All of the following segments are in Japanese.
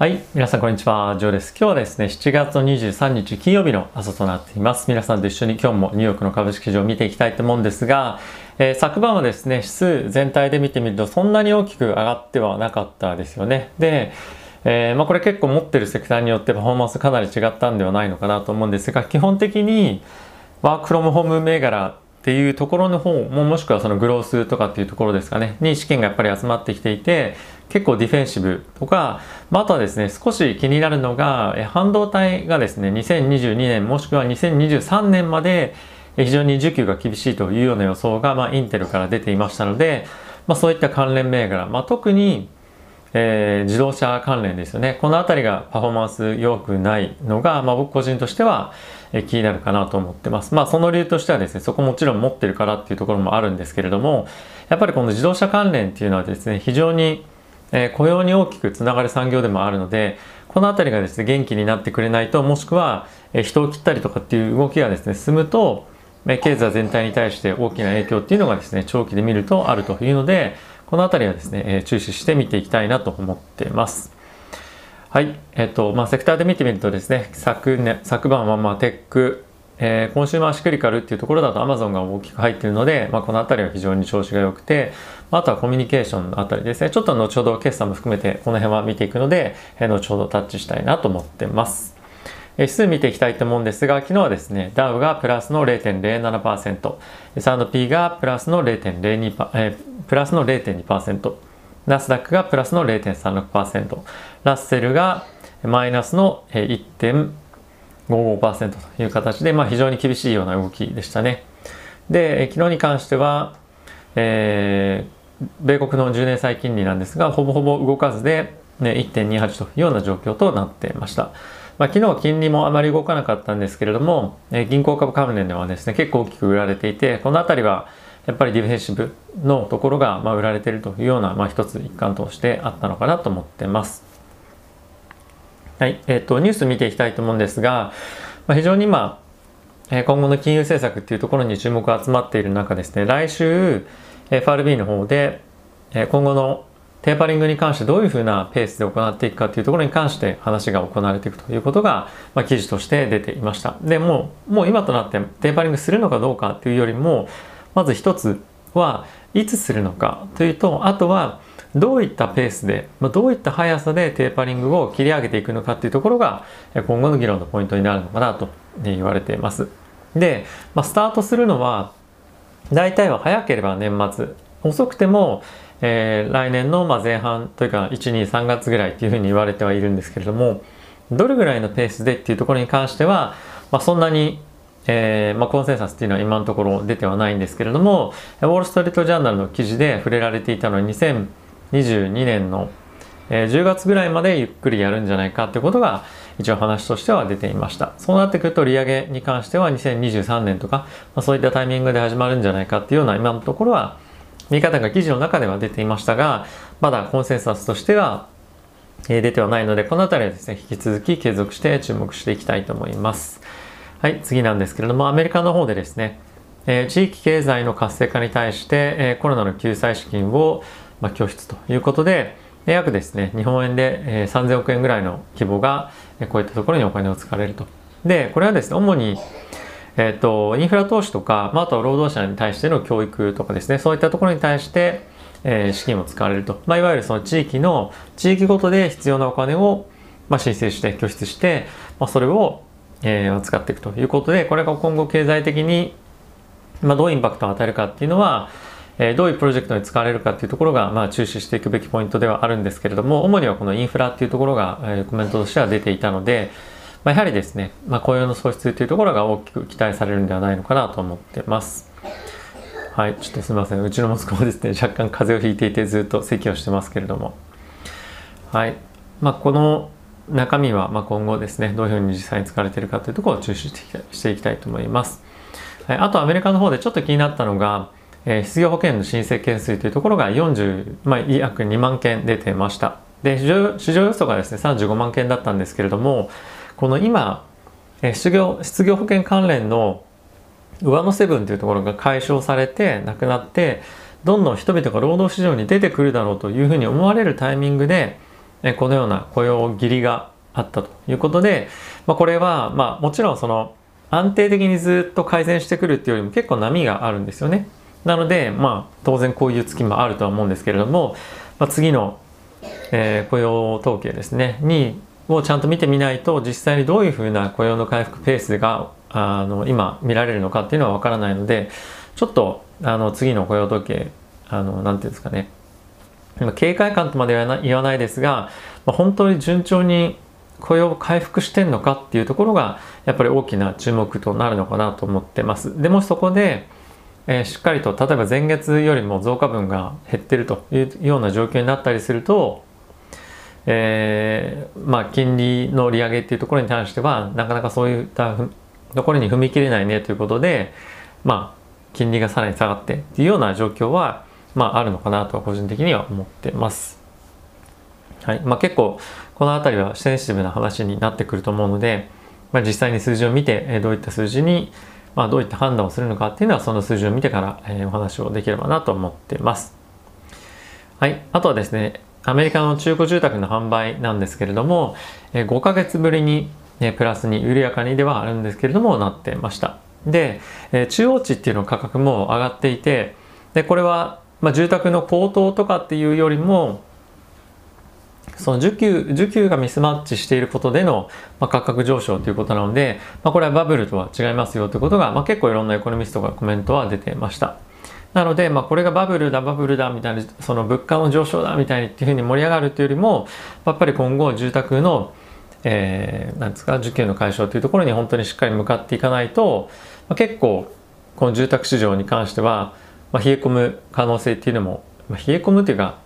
はい。皆さん、こんにちは。ジョーです。今日はですね、7月の23日金曜日の朝となっています。皆さんと一緒に今日もニューヨークの株式市場を見ていきたいと思うんですが、昨晩はですね、指数全体で見てみるとそんなに大きく上がってはなかったですよね。で、これ結構持ってるセクターによってパフォーマンスかなり違ったんではないのかなと思うんですが、基本的にワークフロムホーム銘柄っていうところの方もしくはそのグロースとかっていうところですかねに資金がやっぱり集まってきていて、結構ディフェンシブとか、あとはですね少し気になるのが半導体がですね2022年もしくは2023年まで非常に需給が厳しいというような予想がインテルから出ていましたので、そういった関連銘柄、特に自動車関連ですよね。この辺りがパフォーマンス良くないのが、僕個人としては気になるかなと思ってます。その理由としてはですね、そこもちろん持ってるからっていうところもあるんですけれども、やっぱりこの自動車関連っていうのはですね、非常に雇用に大きくつながる産業でもあるので、この辺りがですね、元気になってくれないと、もしくは人を切ったりとかっていう動きがですね、進むと、経済全体に対して大きな影響っていうのがですね、長期で見るとあるというので、この辺りはですね、注視して見ていきたいなと思っています。はい。セクターで見てみるとですね、昨晩はテック、コンシューマーシクリカルっていうところだと Amazon が大きく入っているので、この辺りは非常に調子が良くて、あとはコミュニケーションのあたりですね、ちょっと後ほど決算も含めてこの辺は見ていくので、後ほどタッチしたいなと思ってます。指数見ていきたいと思うんですが、昨日はですね、ダウがプラスの 0.07%、S&P がプラスの 0.02%、プラスの 0.2%、ナスダックがプラスの 0.36%、ラッセルがマイナスの 1.55% という形で、非常に厳しいような動きでしたね。で、昨日に関しては、米国の10年債金利なんですが、ほぼほぼ動かずで、1.28 というような状況となっていました。昨日金利もあまり動かなかったんですけれども、銀行株関連ではですね、結構大きく売られていて、このあたりはやっぱりディフェンシブのところが売られているというような、一つ一環としてあったのかなと思ってます。はい。ニュース見ていきたいと思うんですが、非常に今後の金融政策っていうところに注目が集まっている中ですね、来週 FRB の方で今後のテーパリングに関してどういうふうなペースで行っていくかというところに関して話が行われていくということが、記事として出ていました。でもう今となってテーパリングするのかどうかというよりも、まず一つはいつするのかというと、あとはどういったペースで、どういった速さでテーパリングを切り上げていくのかというところが今後の議論のポイントになるのかなと言われています。で、スタートするのは大体は早ければ年末、遅くても来年の前半というか1、2、3月ぐらいというふうに言われてはいるんですけれども、どれぐらいのペースでっていうところに関しては、そんなに、コンセンサスっていうのは今のところ出てはないんですけれども、ウォール・ストリート・ジャーナルの記事で触れられていたのは2022年の10月ぐらいまでゆっくりやるんじゃないかということが一応話としては出ていました。そうなってくると利上げに関しては2023年とか、そういったタイミングで始まるんじゃないかっていうような今のところは見方が記事の中では出ていましたが、まだコンセンサスとしては出てはないので、このあたりはですね、引き続き継続して注目していきたいと思います。はい、次なんですけれども、アメリカの方でですね、地域経済の活性化に対して、コロナの救済資金を、拠出ということで、約ですね、日本円で、3000億円ぐらいの規模が、こういったところにお金を使われると。で、これはですね、主にインフラ投資とか、あとは労働者に対しての教育とかですね、そういったところに対して、資金を使われると。いわゆるその地域ごとで必要なお金を、申請して拠出して、それを、使っていくということで、これが今後経済的に、どういうインパクトを与えるかっていうのは、どういうプロジェクトに使われるかっていうところが、注視していくべきポイントではあるんですけれども、主にはこのインフラっていうところが、コメントとしては出ていたので、やはりですね、雇用の創出というところが大きく期待されるんではないのかなと思ってます。はい、ちょっとすみません。うちの息子もですね、若干風邪をひいていてずっと咳をしてますけれども。はい。この中身は今後ですね、どういうふうに実際に使われているかというところを注視していきたいと思います。はい、あとアメリカの方でちょっと気になったのが、失業保険の申請件数というところが約2万件出てました。で、市場予想がですね、35万件だったんですけれども、この今、失業保険関連の上乗せ分というところが解消されてなくなって、どんどん人々が労働市場に出てくるだろうというふうに思われるタイミングで、 このような雇用切りがあったということで、これはもちろんその安定的にずっと改善してくるっていうよりも結構波があるんですよね。なので当然こういう月もあるとは思うんですけれども、次の、雇用統計ですねをちゃんと見てみないと、実際にどういうふうな雇用の回復ペースが今見られるのかっていうのはわからないので、ちょっと次の雇用統計なんていうんですかね、警戒感とまでは言わないですが、本当に順調に雇用回復してんのかっていうところがやっぱり大きな注目となるのかなと思ってます。でもしそこで、しっかりと例えば前月よりも増加分が減ってるというような状況になったりすると、金利の利上げっていうところに関してはなかなかそういったところに踏み切れないねということで、金利がさらに下がってっていうような状況はあるのかなと個人的には思ってます。はい。結構このあたりはセンシティブな話になってくると思うので、実際に数字を見てどういった数字にどういった判断をするのかっていうのはその数字を見てからお話をできればなと思ってます。はい。あとはですね、アメリカの中古住宅の販売なんですけれども、5ヶ月ぶりにプラスに緩やかにではあるんですけれどもなってました。で、中央値っていうの価格も上がっていて、でこれは住宅の高騰とかっていうよりもその需給がミスマッチしていることでの価格上昇ということなので、これはバブルとは違いますよということが、結構いろんなエコノミストからコメントは出てました。なので、これがバブルだみたいな、その物価の上昇だみたいにっていうふうに盛り上がるというよりも、やっぱり今後住宅のなんですか、需給の解消というところに本当にしっかり向かっていかないと、結構この住宅市場に関しては、冷え込む可能性っていうのも、冷え込むというか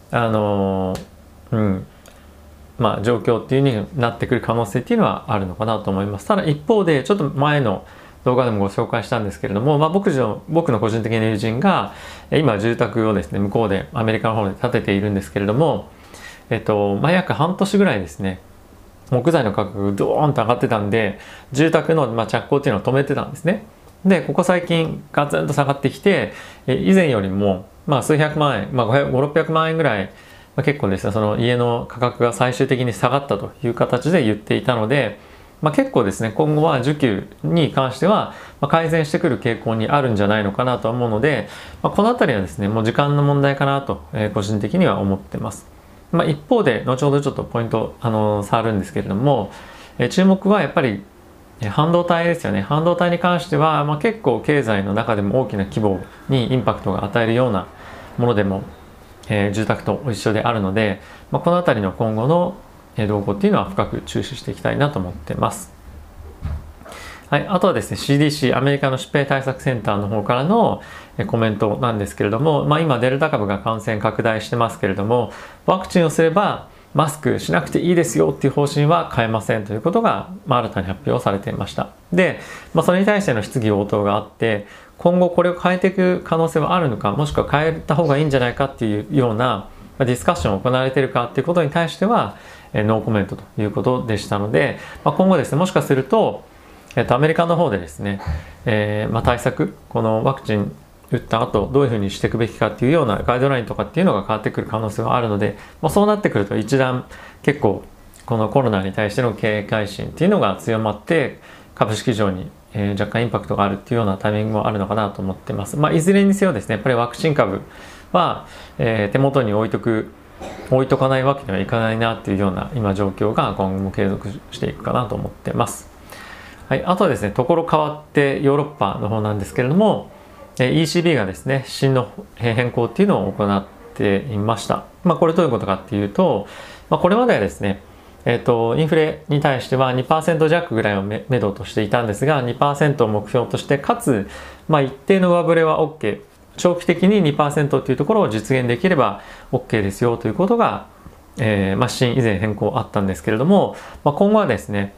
状況っていう風になってくる可能性っていうのはあるのかなと思います。ただ一方でちょっと前の動画でもご紹介したんですけれども、僕の個人的な友人が今住宅をですね向こうでアメリカの方で建てているんですけれども、約半年ぐらいですね木材の価格がドーンと上がってたんで、住宅の着工っていうのを止めてたんですね。でここ最近ガツンと下がってきて、以前よりも数百万円、500、600万円ぐらい、結構ですねその家の価格が最終的に下がったという形で言っていたので、結構ですね今後は需給に関しては改善してくる傾向にあるんじゃないのかなと思うので、この辺りはですねもう時間の問題かなと、個人的には思ってます。一方で後ほどちょっとポイント触るんですけれども、注目はやっぱり半導体ですよね。半導体に関しては、結構経済の中でも大きな規模にインパクトが与えるようなものでも、住宅と一緒であるので、この辺りの今後の動向っていうのは深く注視していきたいなと思ってます。はい、あとはですね CDC アメリカの疾病対策センターの方からのコメントなんですけれども、今デルタ株が感染拡大してますけれども、ワクチンをすればマスクしなくていいですよっていう方針は変えませんということが、新たに発表されていました。で、それに対しての質疑応答があって、今後これを変えていく可能性はあるのか、もしくは変えた方がいいんじゃないかっていうようなディスカッションを行われているかっていうことに対してはノーコメントということでしたので、今後ですねもしかするとアメリカの方でですね、対策、このワクチン打った後どういうふうにしていくべきかっていうようなガイドラインとかっていうのが変わってくる可能性はあるので、そうなってくると一段結構このコロナに対しての警戒心っていうのが強まって株式市場に若干インパクトがあるっていうようなタイミングもあるのかなと思ってます。いずれにせよですねやっぱりワクチン株は、手元に置いとかないわけにはいかないなっていうような今状況が今後も継続していくかなと思ってます。はい、あとはですねところ変わってヨーロッパの方なんですけれども、ECB がですね指針の変更っていうのを行っていました。これどういうことかっていうと、これまではですねインフレに対しては 2% 弱ぐらいをめどとしていたんですが、 2% を目標として、かつ、一定の上振れは OK、 長期的に 2% というところを実現できれば OK ですよということが、指針以前変更あったんですけれども、今後はですね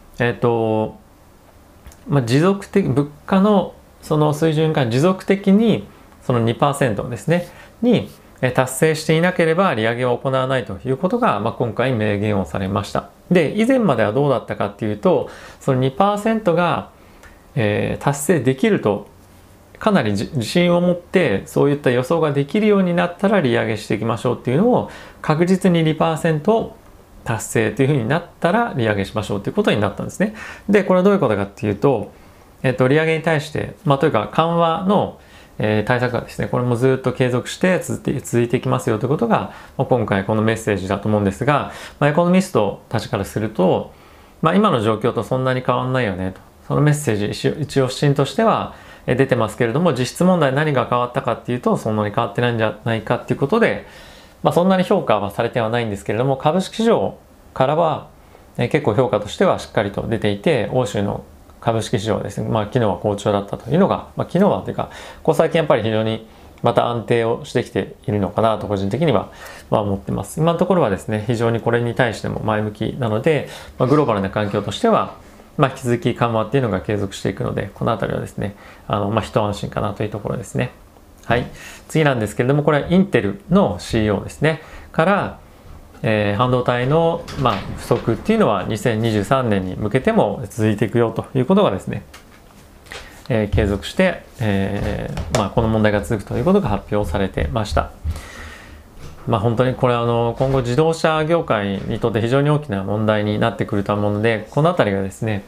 持続的、物価のその水準が持続的にその 2% ですねに達成していなければ利上げを行わないということが、今回明言をされました。で、以前まではどうだったかっていうと、その 2% が、達成できるとかなり自信を持ってそういった予想ができるようになったら利上げしていきましょうっていうのを、確実に 2% 達成というふうになったら利上げしましょうということになったんですね。でこれはどういうことかっていうと、利上げに対して、というか緩和の対策がですね、これもずっと継続して続いていきますよということが、今回このメッセージだと思うんですが、エコノミストたちからすると、今の状況とそんなに変わんないよねと、そのメッセージ一応指針としては出てますけれども、実質問題何が変わったかっていうと、そんなに変わってないんじゃないかっていうことで、そんなに評価はされてはないんですけれども、株式市場からは結構評価としてはしっかりと出ていて、欧州の株式市場はですね、昨日は好調だったというのが、昨日はというか、ここ最近やっぱり非常にまた安定をしてきているのかなと個人的には思ってます。今のところはですね、非常にこれに対しても前向きなので、グローバルな環境としては、引き続き緩和っていうのが継続していくので、このあたりはですね、一安心かなというところですね。はい。次なんですけれども、これはインテルの CEO ですね。から、半導体の、不足っていうのは2023年に向けても続いていくよということがですね、継続して、この問題が続くということが発表されてました。本当にこれ今後自動車業界にとって非常に大きな問題になってくると思うので、このあたりがですね、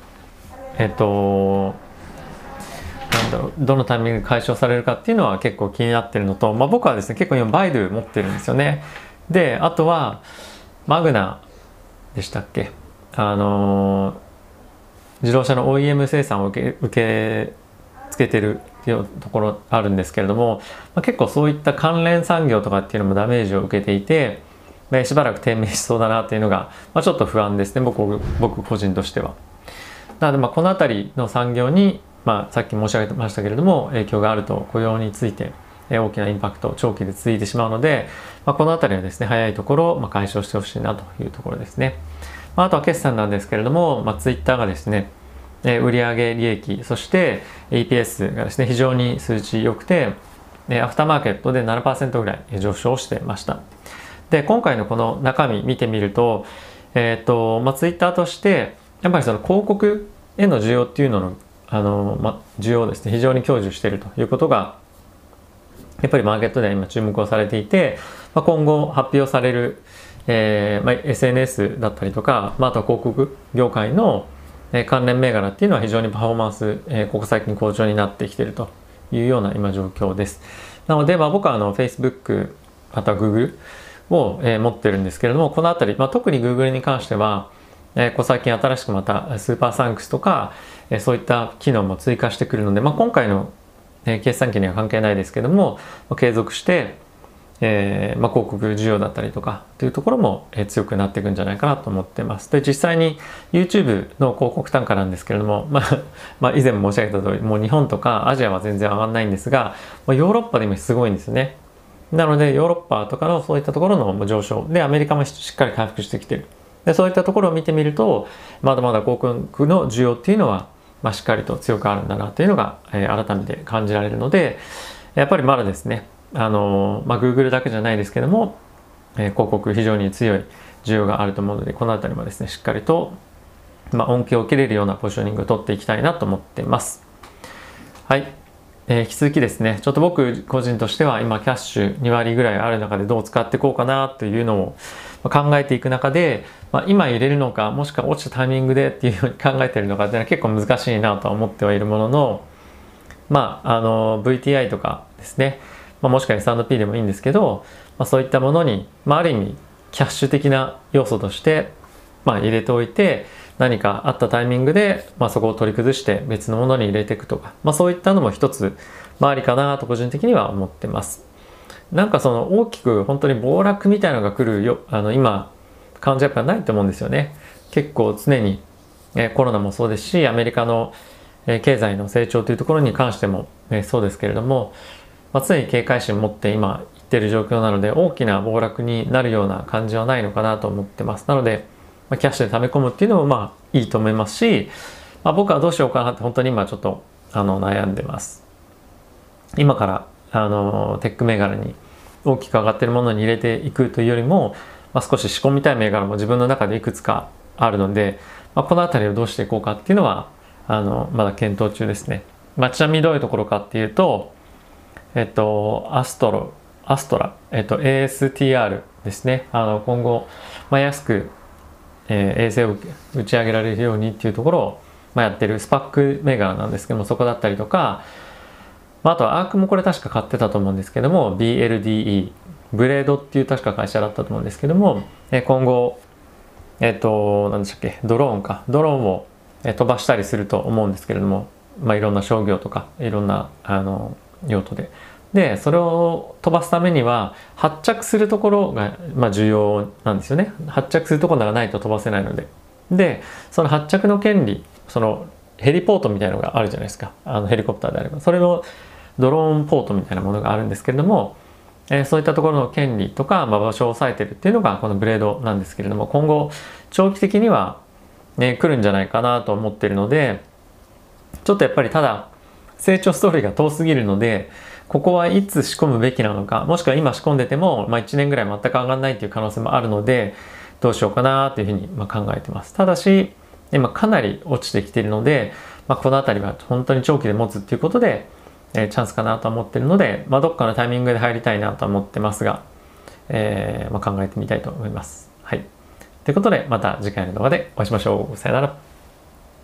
どのタイミングで解消されるかっていうのは結構気になってるのと、僕はですね結構今バイドゥ持ってるんですよね。であとはマグナでしたっけ、自動車の OEM 生産を受け付けてるところあるんですけれども、結構そういった関連産業とかっていうのもダメージを受けていて、しばらく低迷しそうだなっていうのが、ちょっと不安ですね、僕個人としては。なのでこの辺りの産業に、さっき申し上げましたけれども影響があると、雇用について大きなインパクト長期で続いてしまうので、この辺りはですね早いところ解消してほしいなというところですね。あとは決算なんですけれども、ツイッターがですね売上利益そして EPS がですね非常に数値良くて、アフターマーケットで 7% ぐらい上昇してました。で今回のこの中身見てみると、ツイッターとしてやっぱりその広告への需要っていうのの需要をですね非常に享受しているということがやっぱりマーケットでは今注目をされていて、今後発表される、SNS だったりとか、あとは広告業界の関連銘柄っていうのは非常にパフォーマンス、ここ最近好調になってきているというような今状況です。なので、僕はFacebook または Google を、持ってるんですけれども、このあたり、特に Google に関しては、ここ最近新しくまたスーパーサンクスとか、そういった機能も追加してくるので、今回の決算期には関係ないですけども、継続して、広告需要だったりとかというところも、強くなっていくんじゃないかなと思ってます。で実際に YouTube の広告単価なんですけれども、以前も申し上げた通りもう日本とかアジアは全然上がらないんですが、ヨーロッパでもすごいんですよね。なのでヨーロッパとかのそういったところの上昇でアメリカもしっかり回復してきている。でそういったところを見てみるとまだまだ広告の需要っていうのはしっかりと強くあるんだなというのが、改めて感じられるので、やっぱりまだですねGoogle だけじゃないですけども、広告非常に強い需要があると思うので、この辺りもですねしっかりと、恩恵を受けれるようなポジショニングを取っていきたいなと思っています。はい、引き続きですねちょっと僕個人としては今キャッシュ2割ぐらいある中でどう使っていこうかなというのを考えていく中で、今入れるのかもしくは落ちたタイミングでっていうふうに考えているのかっていうのは結構難しいなとは思ってはいるものの、VTI とかですね、もしくは S&P でもいいんですけど、そういったものに、ある意味キャッシュ的な要素として、入れておいて何かあったタイミングで、そこを取り崩して別のものに入れていくとか、そういったのも一つありかなと個人的には思ってます。なんかその大きく本当に暴落みたいなのが来るよ今感じはやっぱないと思うんですよね。結構常にコロナもそうですしアメリカの経済の成長というところに関してもそうですけれども、常に警戒心を持って今いってる状況なので大きな暴落になるような感じはないのかなと思ってます。なのでキャッシュで溜め込むっていうのもいいと思いますし、僕はどうしようかなって本当に今ちょっと悩んでます。今からテック銘柄に大きく上がってるものに入れていくというよりも、少し仕込みたい銘柄も自分の中でいくつかあるので、この辺りをどうしていこうかっていうのはまだ検討中ですね。 ちなみにどういうところかっていうと、アストラ、ASTR ですね。今後、安く、衛星を打ち上げられるようにっていうところを、やってるスパックメガなんですけども、そこだったりとか、あとはアークもこれ確か買ってたと思うんですけども、BLDE、ブレードっていう確か会社だったと思うんですけども、今後、何でしたっけ、ドローンを飛ばしたりすると思うんですけれども、いろんな商業とか、いろんな、用途で。で、それを飛ばすためには、発着するところが、重要なんですよね。発着するところがないと飛ばせないので。で、その発着の権利、そのヘリポートみたいなのがあるじゃないですか。ヘリコプターであれば。それのドローンポートみたいなものがあるんですけれども、そういったところの権利とか、場所を押さえてるっていうのがこのブレードなんですけれども、今後長期的には、来るんじゃないかなと思ってるので、ちょっとやっぱりただ成長ストーリーが遠すぎるので、ここはいつ仕込むべきなのか、もしくは今仕込んでても、1年ぐらい全く上がらないっていう可能性もあるので、どうしようかなというふうに考えてます。ただし、今かなり落ちてきているので、この辺りは本当に長期で持つっていうことで、チャンスかなと思ってるので、どっかのタイミングで入りたいなと思ってますが、考えてみたいと思います。はい。ということで、また次回の動画でお会いしましょう。さよなら。